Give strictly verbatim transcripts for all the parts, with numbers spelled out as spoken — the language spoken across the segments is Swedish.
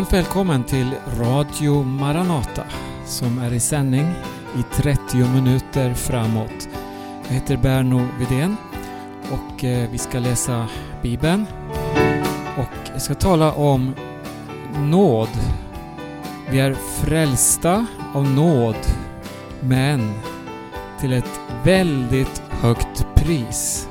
Varmt välkommen till Radio Maranata som är i sändning i trettio minuter framåt. Jag heter Berno Widén och vi ska läsa Bibeln och jag ska tala om nåd. Vi är frälsta av nåd, men till ett väldigt högt pris.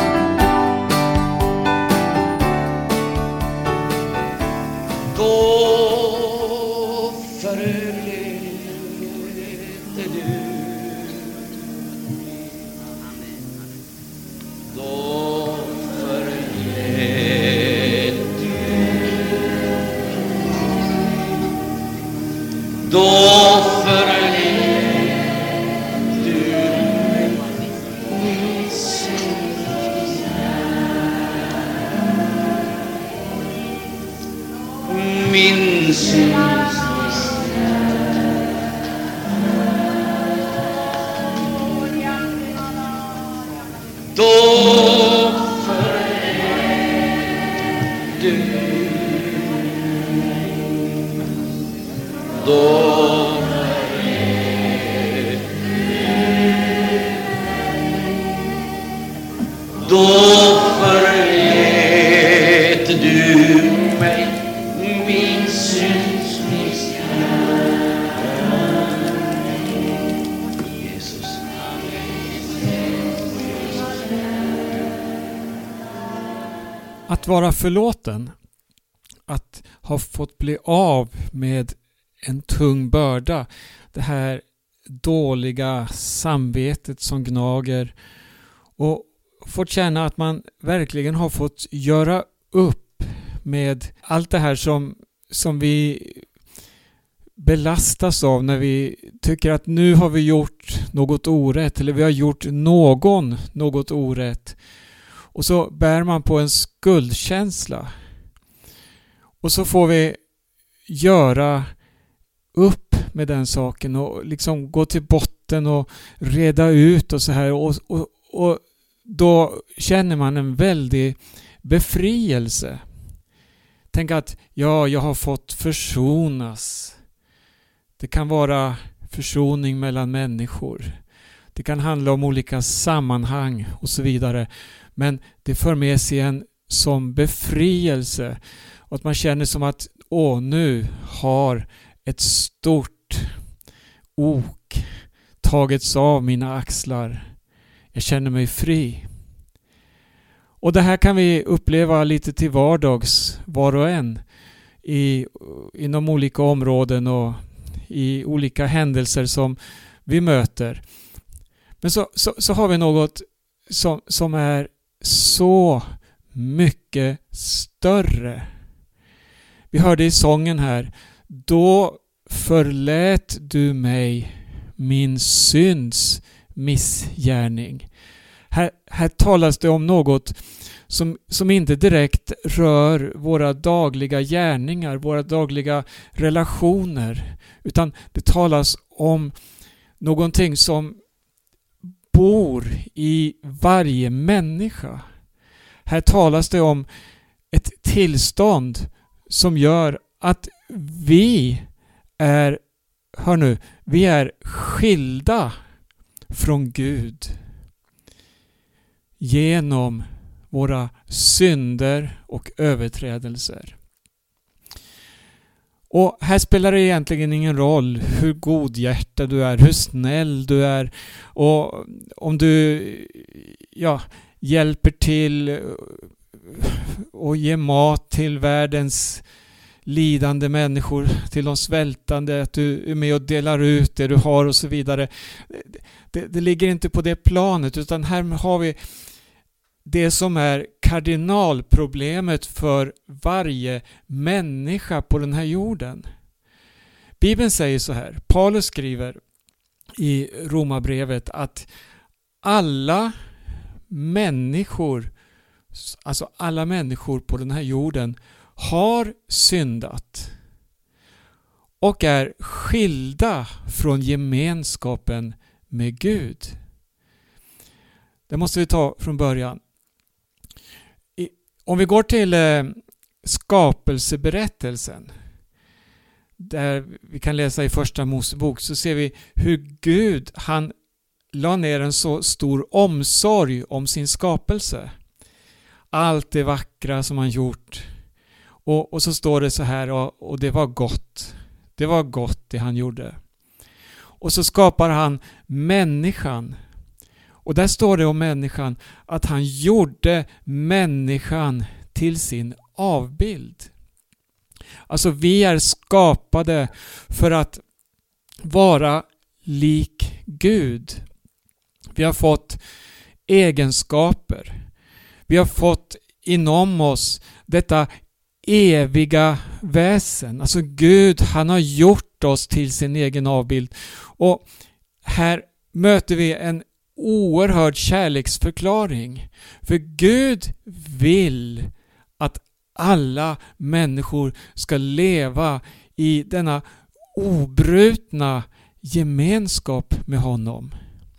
Då förleder du, då förleder du, då förleder du min synd. Då förleder du, då förleder du, då förleder du mig min synds Jesus. Att vara förlåten, att ha fått bli av med en tung börda, det här dåliga samvetet som gnager, och fått känna att man verkligen har fått göra upp med allt det här som, som vi belastas av när vi tycker att nu har vi gjort något orätt eller vi har gjort någon något orätt. Och så bär man på en skuldkänsla. Och så får vi göra upp med den saken och liksom gå till botten och reda ut och så här. Och, och, och då känner man en väldig befrielse. Tänk att ja, jag har fått försonas. Det kan vara försoning mellan människor. Det kan handla om olika sammanhang och så vidare. Men det för med sig en som befrielse. Och att man känner som att åh, nu har ett stort ok tagits av mina axlar. Jag känner mig fri. Och det här kan vi uppleva lite till vardags, var och en, i, inom olika områden och i olika händelser som vi möter. Men så, så, så har vi något som, som är så mycket större. Vi hörde i sången här, då förlät du mig min synds missgärning. Här, här talas det om något som, som inte direkt rör våra dagliga gärningar, våra dagliga relationer, utan det talas om någonting som bor i varje människa. Här talas det om ett tillstånd som gör att vi är, hör nu, vi är skilda från Gud genom våra synder och överträdelser. Och här spelar det egentligen ingen roll hur godhjärtad du är, hur snäll du är och om du ja, hjälper till och ger mat till världens lidande människor, till de svältande, att du är med och delar ut det du har och så vidare. Det, det ligger inte på det planet, utan här har vi det som är kardinalproblemet för varje människa på den här jorden. Bibeln säger så här, Paulus skriver i Romarbrevet att alla människor, alltså alla människor på den här jorden har syndat och är skilda från gemenskapen med Gud. Det måste vi ta från början. Om vi går till skapelseberättelsen. där vi kan läsa i första Mosebok, så ser vi hur Gud, han la ner en så stor omsorg om sin skapelse. Allt det vackra som han gjort. Och, och så står det så här, och, och det var gott. Det var gott det han gjorde. Och så skapar han människan. Och där står det om människan att han gjorde människan till sin avbild. Alltså vi är skapade för att vara lik Gud. Vi har fått egenskaper. Vi har fått inom oss detta eviga väsen. Alltså Gud, han har gjort oss till sin egen avbild. Och här möter vi en oerhörd kärleksförklaring. För Gud vill att alla människor ska leva i denna obrutna gemenskap med honom.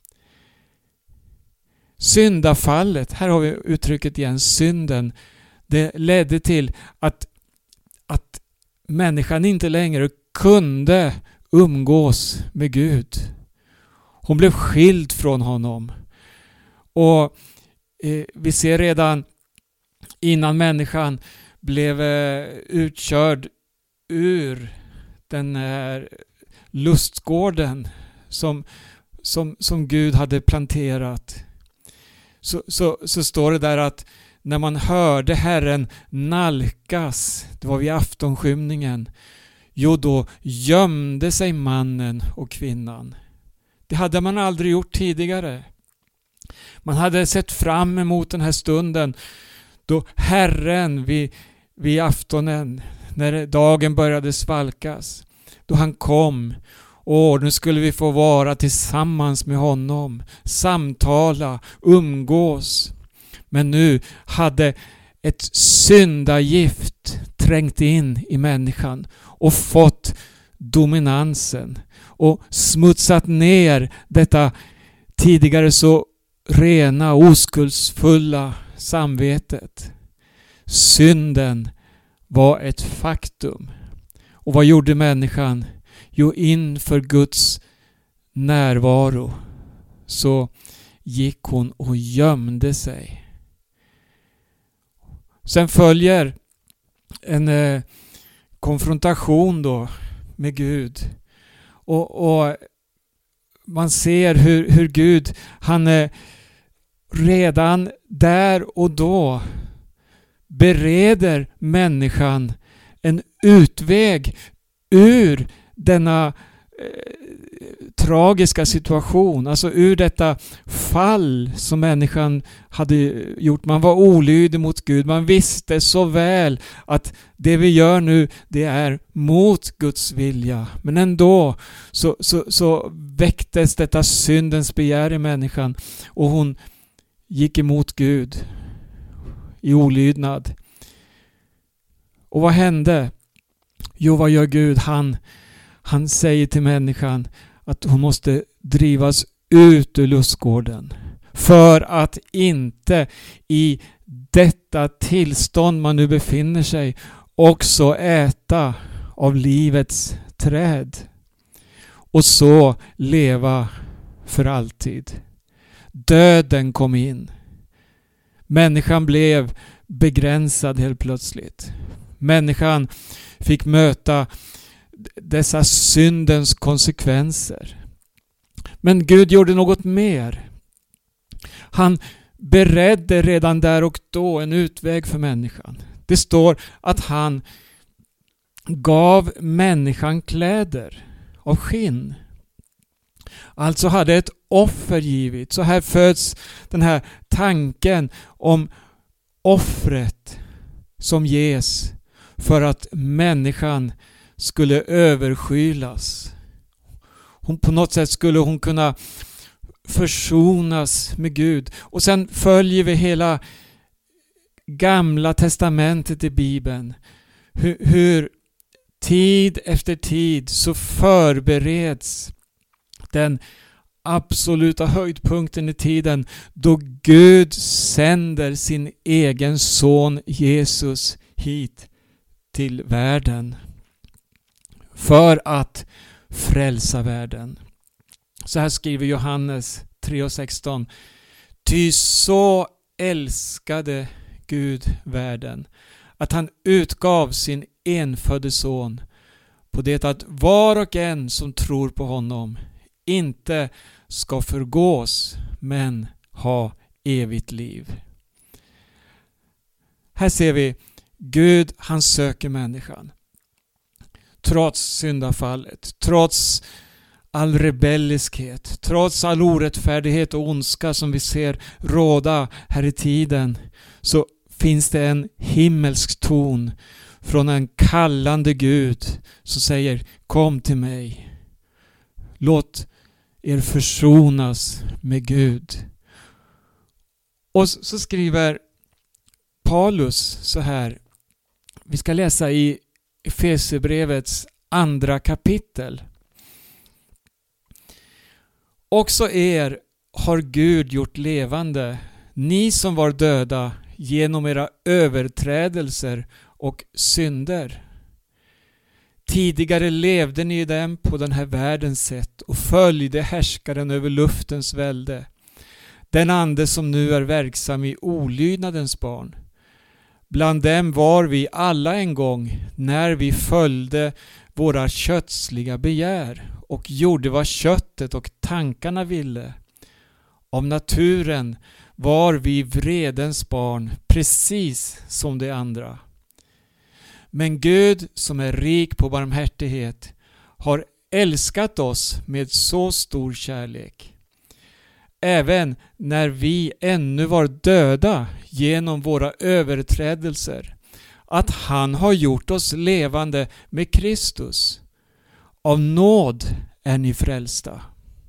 Syndafallet, här har vi uttrycket igen, synden, det ledde till att, att människan inte längre kunde umgås med Gud. Hon blev skild från honom. Och eh, vi ser redan innan människan blev eh, utkörd ur den här lustgården som, som, som Gud hade planterat. Så, så, så står det där att när man hörde Herren nalkas, det var vid aftonskymningen, jo då gömde sig mannen och kvinnan. Det hade man aldrig gjort tidigare. Man hade sett fram emot den här stunden då Herren vid, vid aftonen, när dagen började svalkas, då han kom. Och nu skulle vi få vara tillsammans med honom, samtala, umgås. Men nu hade ett syndagift trängt in i människan och fått dominansen och smutsat ner detta tidigare så rena, oskuldsfulla samvetet. Synden var ett faktum. Och vad gjorde människan? Jo, inför Guds närvaro så gick hon och gömde sig. Sen följer en eh, konfrontation då med Gud. Och, och man ser hur, hur Gud, han är redan där och då bereder människan en utväg ur denna eh, tragiska situation, alltså ur detta fall som människan hade gjort. Man var olydig mot Gud. Man visste så väl att det vi gör nu, det är mot Guds vilja. Men ändå så, så, så väcktes detta syndens begär i människan och hon gick emot Gud i olydnad. Och vad hände? Jo, vad gör Gud? Han, han säger till människan att hon måste drivas ut ur lustgården för att inte i detta tillstånd man nu befinner sig också äta av livets träd och så leva för alltid. Döden kom in. Människan blev begränsad helt plötsligt. Människan fick möta dessa syndens konsekvenser. Men Gud gjorde något mer. Han beredde redan där och då en utväg för människan. Det står att han gav människan kläder av skinn. Alltså hade ett offer givit. Så här föds den här tanken om offret som ges för att människan skulle överskylas. Hon på något sätt skulle hon kunna försonas med Gud. Och sen följer vi hela gamla testamentet i Bibeln. Hur, hur tid efter tid så förbereds den absoluta höjdpunkten i tiden då Gud sänder sin egen son Jesus hit till världen för att frälsa världen. Så här skriver Johannes tre och sexton. Ty så älskade Gud världen, att han utgav sin enfödde son, på det att var och en som tror på honom inte ska förgås, men ha evigt liv. Här ser vi Gud, han söker människan. Trots syndafallet, trots all rebelliskhet, trots all orättfärdighet och ondska som vi ser råda här i tiden, så finns det en himmelsk ton från en kallande Gud som säger: kom till mig. Låt er försonas med Gud. Och så skriver Paulus så här. Vi ska läsa i Efesierbrevets andra kapitel. Också er har Gud gjort levande, ni som var döda genom era överträdelser och synder. Tidigare levde ni i dem på den här världens sätt och följde härskaren över luftens välde, den ande som nu är verksam i olydnadens barn. Bland dem var vi alla en gång när vi följde våra kötsliga begär och gjorde vad köttet och tankarna ville. Av naturen var vi vredens barn, precis som de andra. Men Gud, som är rik på barmhärtighet, har älskat oss med så stor kärlek. Även när vi ännu var döda genom våra överträdelser, att han har gjort oss levande med Kristus. Av nåd är ni frälsta.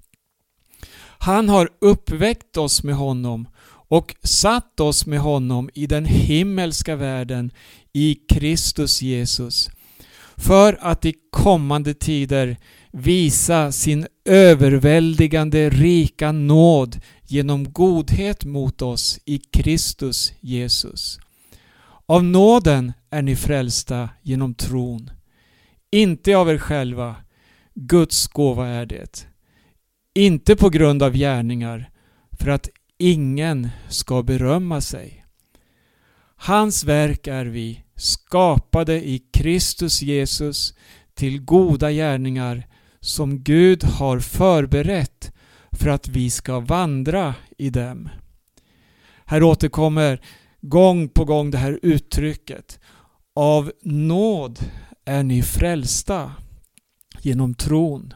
Han har uppväckt oss med honom och satt oss med honom i den himmelska världen i Kristus Jesus, för att i kommande tider visa sin överväldigande rika nåd genom godhet mot oss i Kristus Jesus. Av nåden är ni frälsta genom tron, inte av er själva, Guds gåva är det, inte på grund av gärningar, för att ingen ska berömma sig. Hans verk är vi, skapade i Kristus Jesus till goda gärningar som Gud har förberett för att vi ska vandra i dem. Här återkommer gång på gång det här uttrycket: av nåd är ni frälsta genom tron,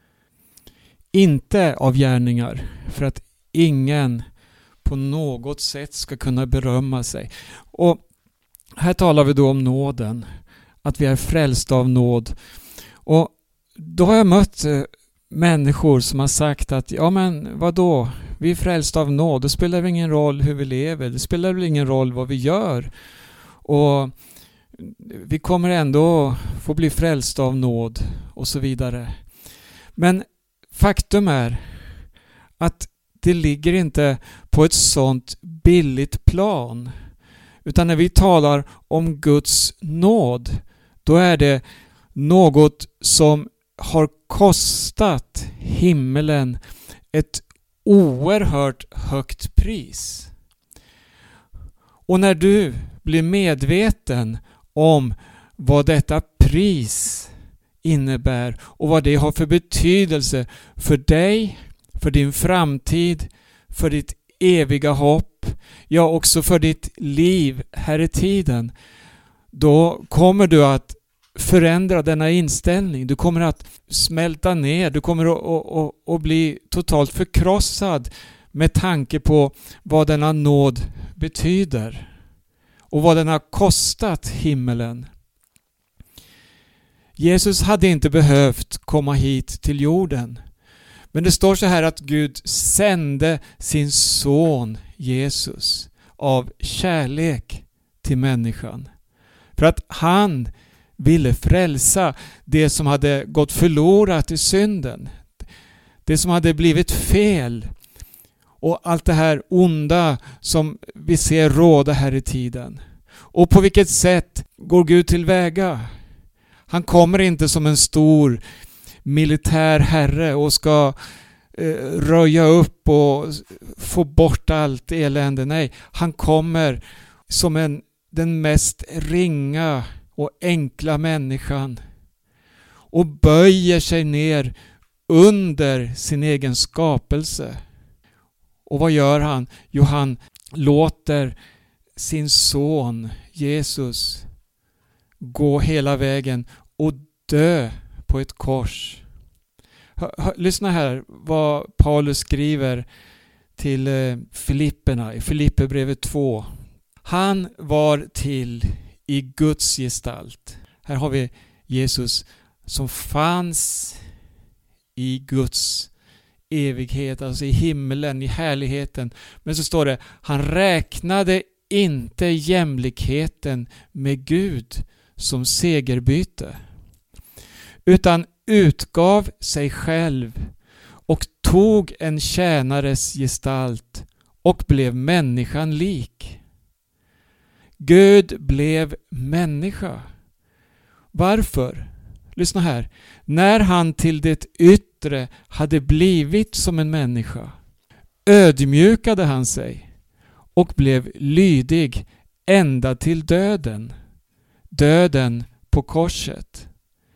inte av gärningar, för att ingen på något sätt ska kunna berömma sig. Och här talar vi då om nåden, att vi är frälsta av nåd. Och då har jag mött människor som har sagt att ja men vadå, vi är frälsta av nåd, det spelar väl ingen roll hur vi lever, det spelar väl ingen roll vad vi gör, och vi kommer ändå få bli frälsta av nåd och så vidare. Men faktum är att det ligger inte på ett sånt billigt plan, utan när vi talar om Guds nåd, då är det något som har kostat himmelen ett oerhört högt pris. Och när du blir medveten om vad detta pris innebär och vad det har för betydelse för dig, för din framtid, för ditt eviga hopp, ja också för ditt liv här i tiden, då kommer du att förändra denna inställning. Du kommer att smälta ner, du kommer att, att, att, att bli totalt förkrossad med tanke på vad denna nåd betyder och vad den har kostat himmelen. Jesus hade inte behövt komma hit till jorden. Men det står så här att Gud sände sin son Jesus av kärlek till människan. För att han ville frälsa det som hade gått förlorat i synden. Det som hade blivit fel. Och allt det här onda som vi ser råda här i tiden. Och på vilket sätt går Gud tillväga? Han kommer inte som en stor militär herre och ska eh, röja upp och få bort allt elände. Nej, han kommer som en, den mest ringa och enkla människan och böjer sig ner under sin egen skapelse. Och vad gör han? Jo, han låter sin son Jesus gå hela vägen och dö på ett kors. Hör, hör, lyssna här vad Paulus skriver till eh, Filipperna i Filipperbrevet två. Han var till i Guds gestalt. Här har vi Jesus som fanns i Guds evighet, alltså i himlen, i härligheten. Men så står det, han räknade inte jämlikheten med Gud som segerbyte, utan utgav sig själv och tog en tjänares gestalt och blev människan lik. Gud blev människa. Varför? Lyssna här. När han till det yttre hade blivit som en människa ödmjukade han sig och blev lydig ända till döden. Döden på korset.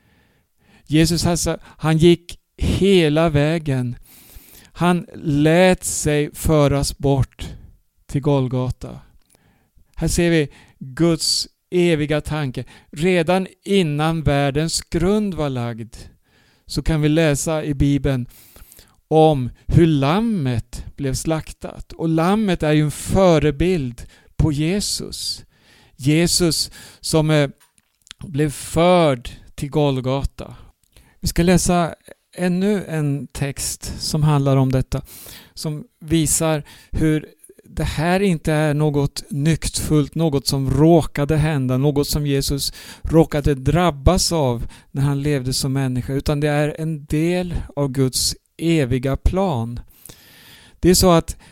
Jesus alltså, han gick hela vägen. Han lät sig föras bort till Golgata. Här ser vi Guds eviga tanke. Redan innan världens grund var lagd så kan vi läsa i Bibeln om hur lammet blev slaktat. Och lammet är ju en förebild på Jesus. Jesus som eh, blev förd till Golgata. Vi ska läsa ännu en text som handlar om detta. Som visar hur det här inte är något nyktfullt, något som råkade hända, något som Jesus råkade drabbas av när han levde som människa, utan det är en del av Guds eviga plan. Det är så att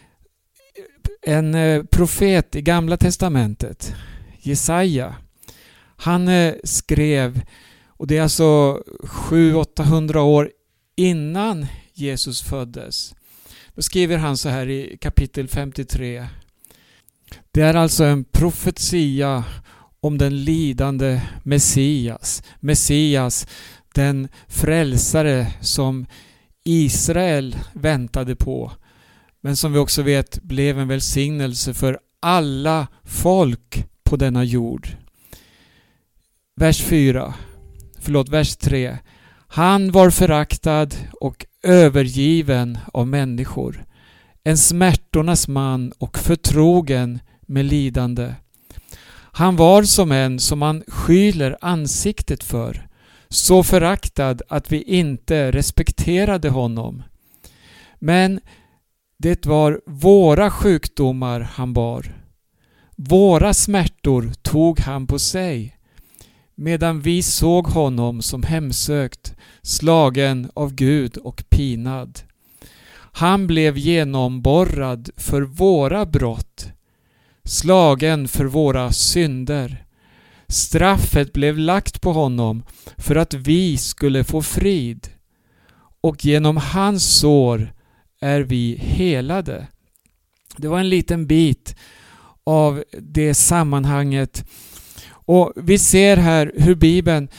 en profet i Gamla testamentet, Jesaja, han skrev, och det är alltså sju till åttahundra år innan Jesus föddes. Då skriver han så här i kapitel femtiotre. Det är alltså en profetia om den lidande Messias. Messias, den frälsare som Israel väntade på. Men som vi också vet blev en välsignelse för alla folk på denna jord. Vers fyra. Förlåt, vers tre. Han var föraktad och övergiven av människor. En smärtornas man och förtrogen med lidande. Han var som en som man skyler ansiktet för. Så föraktad att vi inte respekterade honom. Men det var våra sjukdomar han bar. Våra smärtor tog han på sig. Medan vi såg honom som hemsökt, slagen av Gud och pinad. Han blev genomborrad för våra brott, slagen för våra synder. Straffet blev lagt på honom för att vi skulle få frid, och genom hans sår är vi helade. Det var en liten bit av det sammanhanget. Och vi ser här hur Bibeln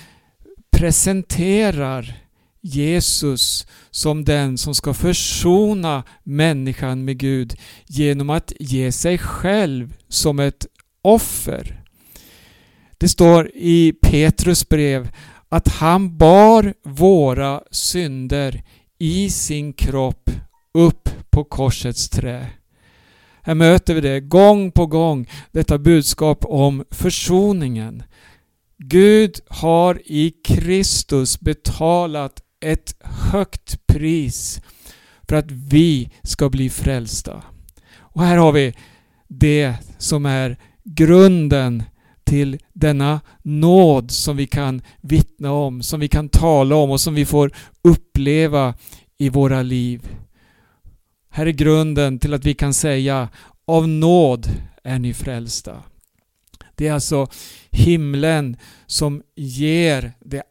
presenterar Jesus som den som ska försona människan med Gud genom att ge sig själv som ett offer. Det står i Petrus brev att han bar våra synder i sin kropp upp på korsets trä. Här möter vi det gång på gång, detta budskap om försoningen. Gud har i Kristus betalat ett högt pris för att vi ska bli frälsta. Och här har vi det som är grunden till denna nåd som vi kan vittna om, som vi kan tala om och som vi får uppleva i våra liv. Här är grunden till att vi kan säga: av nåd är ni frälsta. Det är alltså himlen som ger det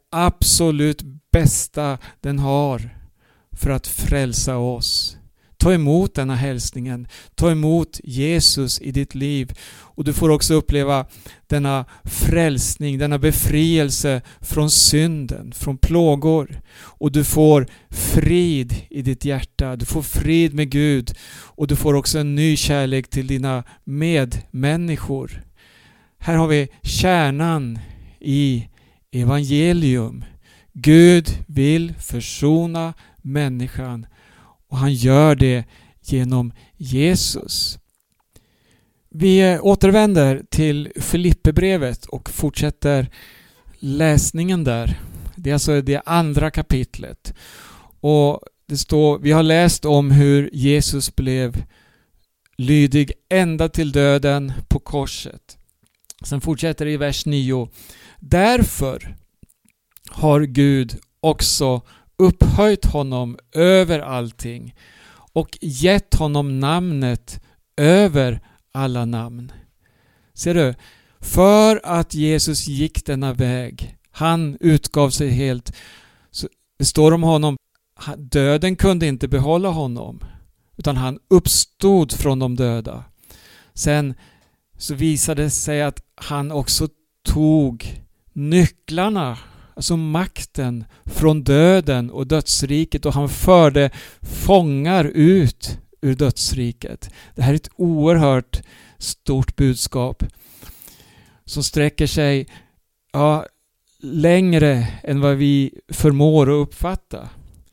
absolut bästa den har för att frälsa oss. Ta emot denna hälsningen. Ta emot Jesus i ditt liv. Och du får också uppleva denna frälsning, denna befrielse från synden, från plågor. Och du får frid i ditt hjärta. Du får frid med Gud. Och du får också en ny kärlek till dina medmänniskor. Här har vi kärnan i evangelium. Gud vill försona människan. Och han gör det genom Jesus. Vi återvänder till Filipperbrevet och fortsätter läsningen där. Det är alltså det andra kapitlet. Och det står, vi har läst om hur Jesus blev lydig ända till döden på korset. Sen fortsätter det i vers nio. Därför har Gud också upphöjt honom över allting och gett honom namnet över alla namn. Ser du? För att Jesus gick denna väg, han utgav sig helt, så det står om honom, döden kunde inte behålla honom, utan han uppstod från de döda. Sen så visade det sig att han också tog nycklarna, alltså makten från döden och dödsriket, och han förde fångar ut ur dödsriket. Det här är ett oerhört stort budskap som sträcker sig ja, längre än vad vi förmår att uppfatta.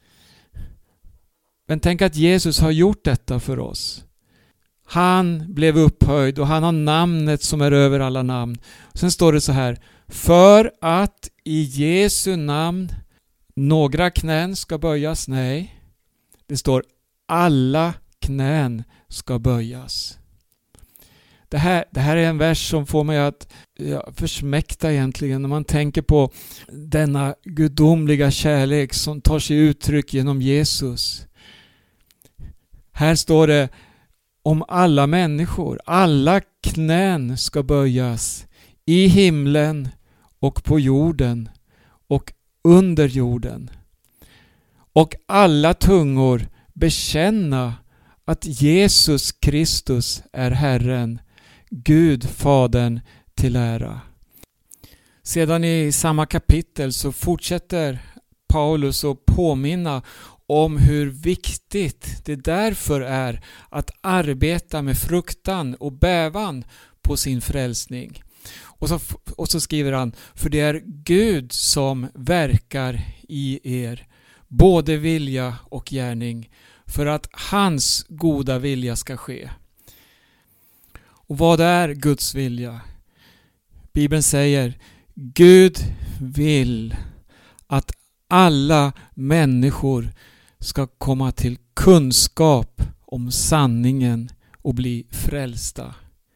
Men tänk att Jesus har gjort detta för oss. Han blev upphöjd och han har namnet som är över alla namn. Sen står det så här: för att i Jesu namn några knän ska böjas. Nej, det står alla knän ska böjas. Det här, det här är en vers som får mig att ja, försmäkta egentligen när man tänker på denna gudomliga kärlek som tar sig uttryck genom Jesus. Här står det om alla människor. Alla knän ska böjas i himlen och på jorden och under jorden. Och alla tungor bekänna att Jesus Kristus är Herren, Gud Fadern till ära. Sedan i samma kapitel så fortsätter Paulus att påminna om hur viktigt det därför är att arbeta med fruktan och bävan på sin frälsning. Och så, och så skriver han: för det är Gud som verkar i er, både vilja och gärning, för att hans goda vilja ska ske. Och vad är Guds vilja? Bibeln säger: Gud vill att alla människor ska komma till kunskap om sanningen och bli frälsta.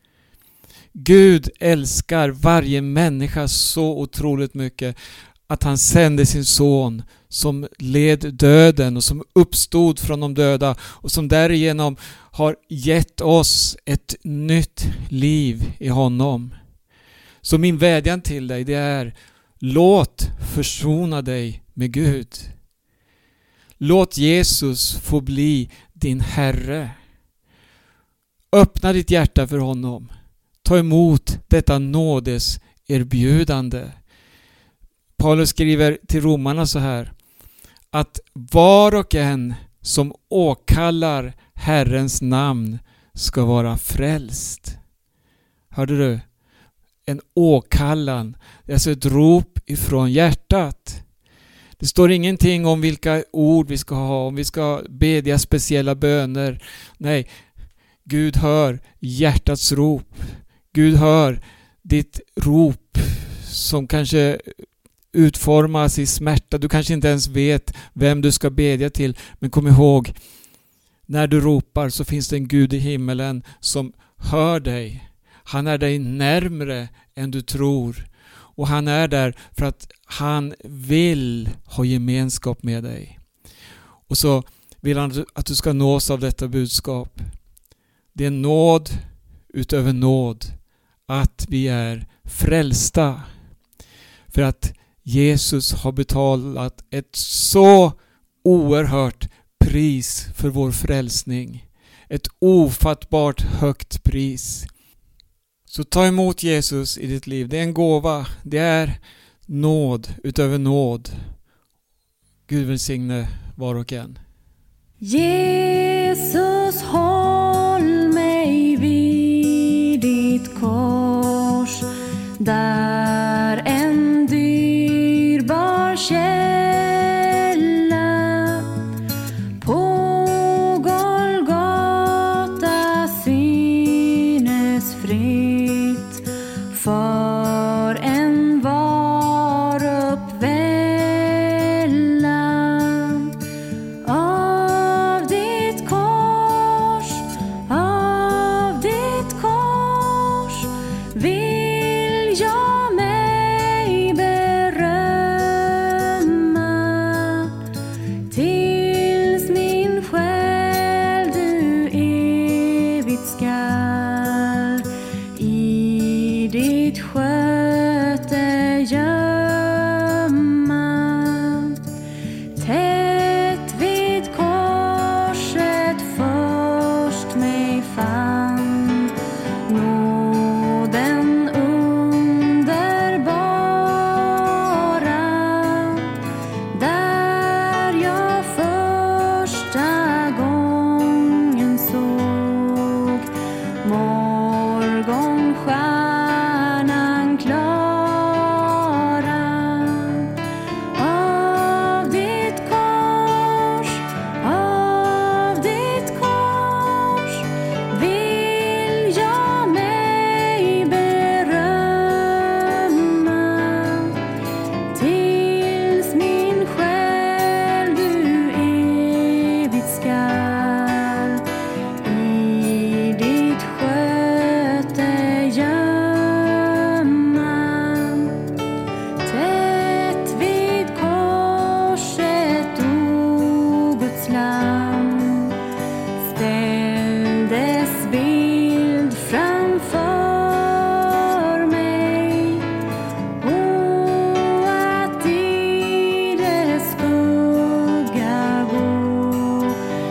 Gud älskar varje människa så otroligt mycket att han sände sin son som led döden och som uppstod från de döda och som därigenom har gett oss ett nytt liv i honom. Så min vädjan till dig, det är: låt försona dig med Gud. Låt Jesus få bli din Herre. Öppna ditt hjärta för honom. Ta emot detta nådes erbjudande. Paulus skriver till romarna så här: att var och en som åkallar Herrens namn ska vara frälst. Hörde du? En åkallan. Det är alltså ett rop ifrån hjärtat. Det står ingenting om vilka ord vi ska ha, om vi ska bedja speciella böner. Nej, Gud hör hjärtats rop. Gud hör ditt rop som kanske utformas i smärta. Du kanske inte ens vet vem du ska bedja till. Men kom ihåg, när du ropar så finns det en Gud i himmelen som hör dig. Han är dig närmare än du tror. Och han är där för att han vill ha gemenskap med dig. Och så vill han att du ska nås av detta budskap. Det är nåd utöver nåd att vi är frälsta. För att Jesus har betalat ett så oerhört pris för vår frälsning. Ett ofattbart högt pris. Så ta emot Jesus i ditt liv. Det är en gåva. Det är nåd utöver nåd. Gud välsigne var och en. Jesus, håll mig vid ditt kors, där en dyrbar källa på Golgata synes fritt för en var uppvälla. Av ditt kors, av ditt kors vill jag mig berömma, tills min själ du evigt skall i ditt sköte gömma. Tätt vid korset först mig fann nåden underbara, där jag första gången såg morgonstjärnan klara. Av ditt kors, av ditt kors vill jag mig berömma, tills min själ du evigt skall i ditt sköte gömma. Tätt vid korset, o Guds lamm, ställdes bild framför mig. O, att i dess skugga gå,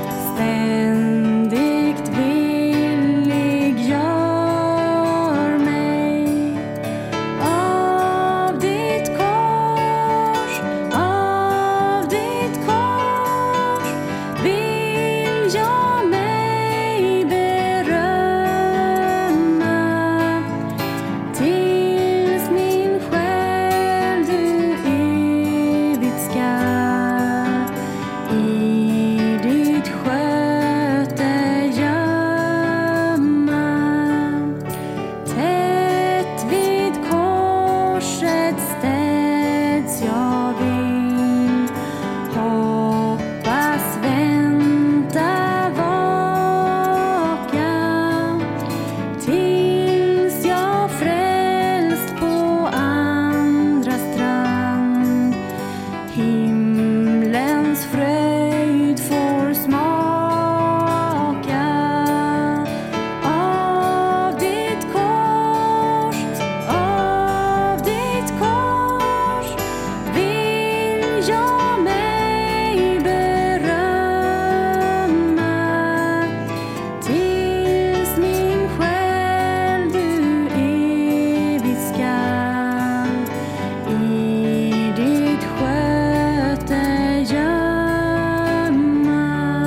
ständigt villig gör mig. Av ditt kors, av ditt kors vill jag mig berömma, tills min själ du evigt skall i ditt sköte gömma. Tätt vid korset städs jag in, hoppas, vänta, vaka, tills jag frälst på andra strand himlens fröjd får smaka. Av ditt kors, av ditt kors vill jag mig berömma, tills min själ du evigt skall i ditt sköte gömma.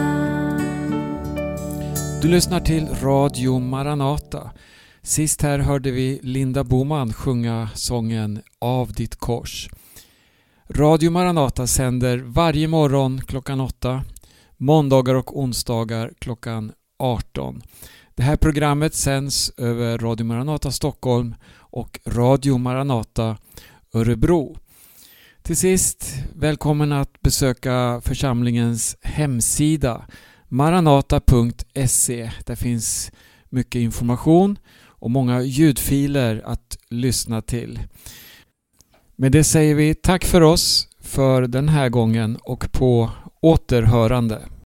Du lyssnar till Radio Maranata. Sist här hörde vi Linda Boman sjunga sången Av ditt kors. Radio Maranata sänder varje morgon klockan åtta, måndagar och onsdagar klockan arton. Det här programmet sänds över Radio Maranata Stockholm och Radio Maranata Örebro. Till sist, välkommen att besöka församlingens hemsida maranata punkt se. Där finns mycket information och många ljudfiler att lyssna till. Med det säger vi tack för oss för den här gången och på återhörande.